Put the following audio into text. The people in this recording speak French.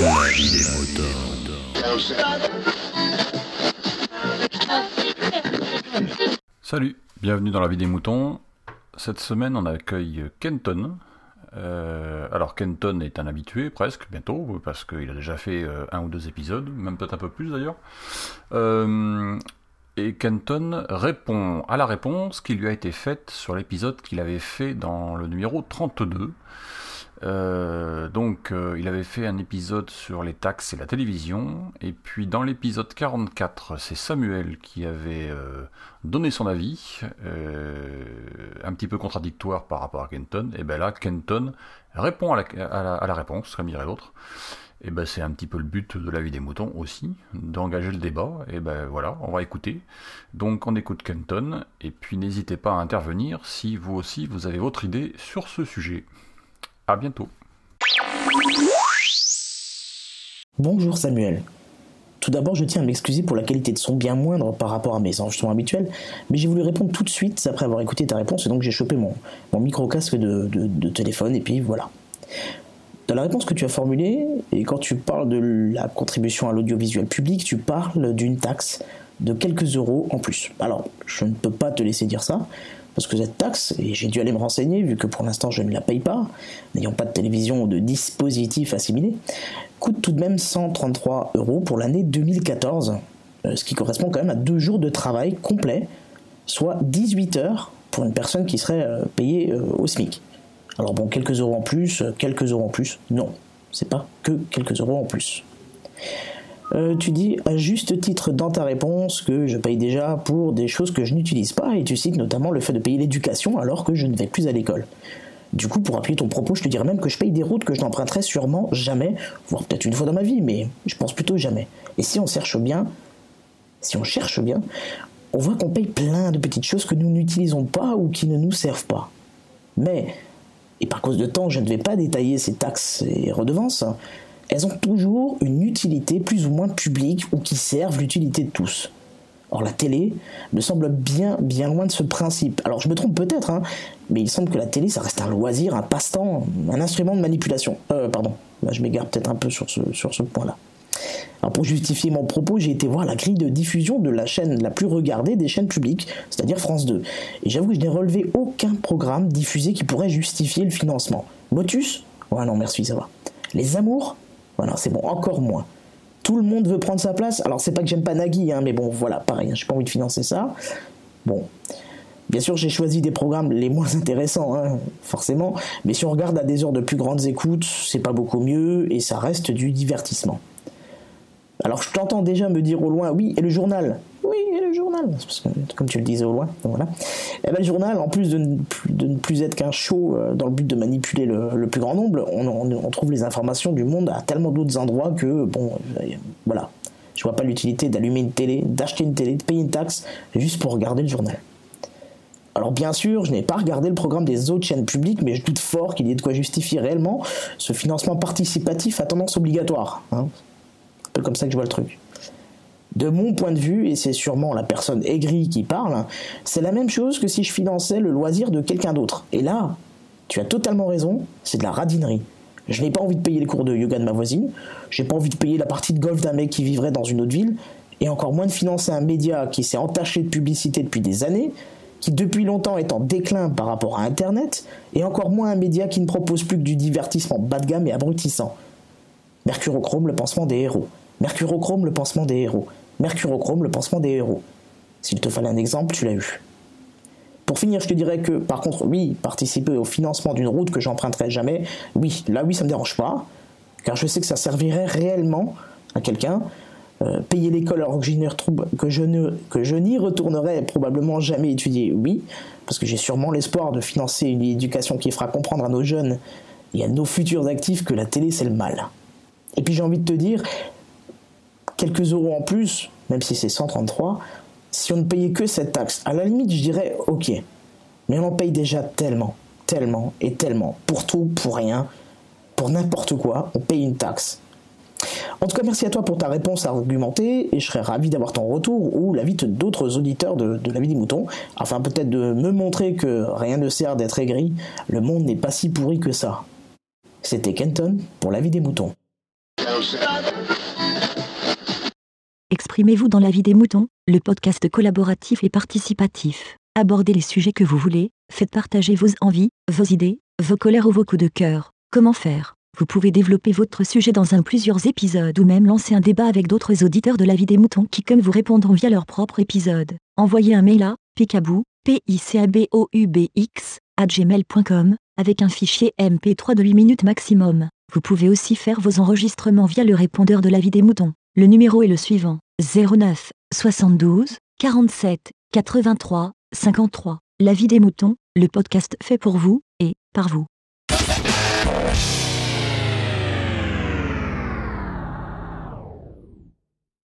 La vie des moutons. Salut, bienvenue dans la vie des moutons. Cette semaine, on accueille Kenton. Alors Kenton est un habitué presque, bientôt, parce qu'il a déjà fait un ou deux épisodes, même peut-être un peu plus d'ailleurs. Et Kenton répond à la réponse qui lui a été faite sur l'épisode qu'il avait fait dans le numéro 32. Donc il avait fait un épisode sur les taxes et la télévision, et puis dans l'épisode 44, c'est Samuel qui avait donné son avis, un petit peu contradictoire par rapport à Kenton, et ben là Kenton répond à la réponse, comme dirait l'autre. Et ben c'est un petit peu le but de la vie des moutons aussi, d'engager le débat, et ben voilà, on va écouter. Donc on écoute Kenton, et puis n'hésitez pas à intervenir si vous aussi vous avez votre idée sur ce sujet. À bientôt. Bonjour Samuel. Tout d'abord, je tiens à m'excuser pour la qualité de son bien moindre par rapport à mes enregistrements habituels, mais j'ai voulu répondre tout de suite après avoir écouté ta réponse, et donc j'ai chopé mon micro-casque de téléphone, et puis voilà. Dans la réponse que tu as formulée, et quand tu parles de la contribution à l'audiovisuel public, tu parles d'une taxe de quelques euros en plus. Alors, je ne peux pas te laisser dire ça, parce que cette taxe, et j'ai dû aller me renseigner, vu que pour l'instant je ne la paye pas, n'ayant pas de télévision ou de dispositif assimilé, coûte tout de même 133 € pour l'année 2014, ce qui correspond quand même à 2 jours de travail complet, soit 18 heures pour une personne qui serait payée au SMIC. Alors bon, quelques euros en plus, non, c'est pas que quelques euros en plus. Tu dis à juste titre dans ta réponse que je paye déjà pour des choses que je n'utilise pas, et tu cites notamment le fait de payer l'éducation alors que je ne vais plus à l'école. Du coup, pour appuyer ton propos, je te dirais même que je paye des routes que je n'emprunterai sûrement jamais, voire peut-être une fois dans ma vie, mais je pense plutôt jamais. Et si on cherche bien, on voit qu'on paye plein de petites choses que nous n'utilisons pas ou qui ne nous servent pas. Mais, et par cause de temps, je ne vais pas détailler ces taxes et redevances, elles ont toujours une utilité plus ou moins publique ou qui servent l'utilité de tous. Or la télé me semble bien loin de ce principe. Alors je me trompe peut-être, mais il semble que la télé ça reste un loisir, un passe-temps, un instrument de manipulation. Pardon, là je m'égare peut-être un peu sur ce point-là. Alors pour justifier mon propos, j'ai été voir la grille de diffusion de la chaîne la plus regardée des chaînes publiques, c'est-à-dire France 2. Et j'avoue que je n'ai relevé aucun programme diffusé qui pourrait justifier le financement. Motus ? Ouais non merci, ça va. Les Amours ? Voilà, c'est bon, encore moins. Tout le monde veut prendre sa place. Alors, c'est pas que j'aime pas Nagui, mais bon, voilà, pareil, j'ai pas envie de financer ça. Bon. Bien sûr, j'ai choisi des programmes les moins intéressants, forcément. Mais si on regarde à des heures de plus grandes écoutes, c'est pas beaucoup mieux et ça reste du divertissement. Alors, je t'entends déjà me dire au loin, oui, et le journal ? Oui, et le journal. Parce que, comme tu le disais au loin, donc voilà. Et ben, le journal, en plus de ne plus être qu'un show dans le but de manipuler le plus grand nombre, on trouve les informations du monde à tellement d'autres endroits que, bon, voilà. Je vois pas l'utilité d'allumer une télé, d'acheter une télé, de payer une taxe, juste pour regarder le journal. Alors bien sûr, je n'ai pas regardé le programme des autres chaînes publiques, mais je doute fort qu'il y ait de quoi justifier réellement ce financement participatif à tendance obligatoire. Un peu comme ça que je vois le truc. De mon point de vue, et c'est sûrement la personne aigrie qui parle, c'est la même chose que si je finançais le loisir de quelqu'un d'autre. Et là, tu as totalement raison, c'est de la radinerie. Je n'ai pas envie de payer les cours de yoga de ma voisine, j'ai pas envie de payer la partie de golf d'un mec qui vivrait dans une autre ville, et encore moins de financer un média qui s'est entaché de publicité depuis des années, qui depuis longtemps est en déclin par rapport à Internet, et encore moins un média qui ne propose plus que du divertissement bas de gamme et abrutissant. Mercurochrome, le pansement des héros. Mercurochrome, le pansement des héros. Mercurochrome, le pansement des héros. S'il te fallait un exemple, tu l'as eu. Pour finir, je te dirais que, par contre, oui, participer au financement d'une route que j'emprunterai jamais, oui, ça me dérange pas, car je sais que ça servirait réellement à quelqu'un. Payer l'école alors que je n'y retournerai probablement jamais étudier, oui, parce que j'ai sûrement l'espoir de financer une éducation qui fera comprendre à nos jeunes et à nos futurs actifs que la télé c'est le mal. Et puis j'ai envie de te dire, quelques euros en plus, même si c'est 133, si on ne payait que cette taxe, à la limite je dirais ok, mais on en paye déjà tellement, pour tout, pour rien, pour n'importe quoi, on paye une taxe. En tout cas, merci à toi pour ta réponse argumentée, et je serais ravi d'avoir ton retour ou l'avis d'autres auditeurs de la vie des moutons, afin peut-être de me montrer que rien ne sert d'être aigri, le monde n'est pas si pourri que ça. C'était Kenton pour la vie des moutons. Exprimez-vous dans la vie des moutons, le podcast collaboratif et participatif. Abordez les sujets que vous voulez, faites partager vos envies, vos idées, vos colères ou vos coups de cœur. Comment faire ? Vous pouvez développer votre sujet dans plusieurs épisodes ou même lancer un débat avec d'autres auditeurs de la vie des moutons qui comme vous répondront via leur propre épisode. Envoyez un mail à picaboo, picaboubx@gmail.com avec un fichier MP3 de 8 minutes maximum. Vous pouvez aussi faire vos enregistrements via le répondeur de la vie des moutons. Le numéro est le suivant, 09 72 47 83 53. La vie des moutons, le podcast fait pour vous et par vous.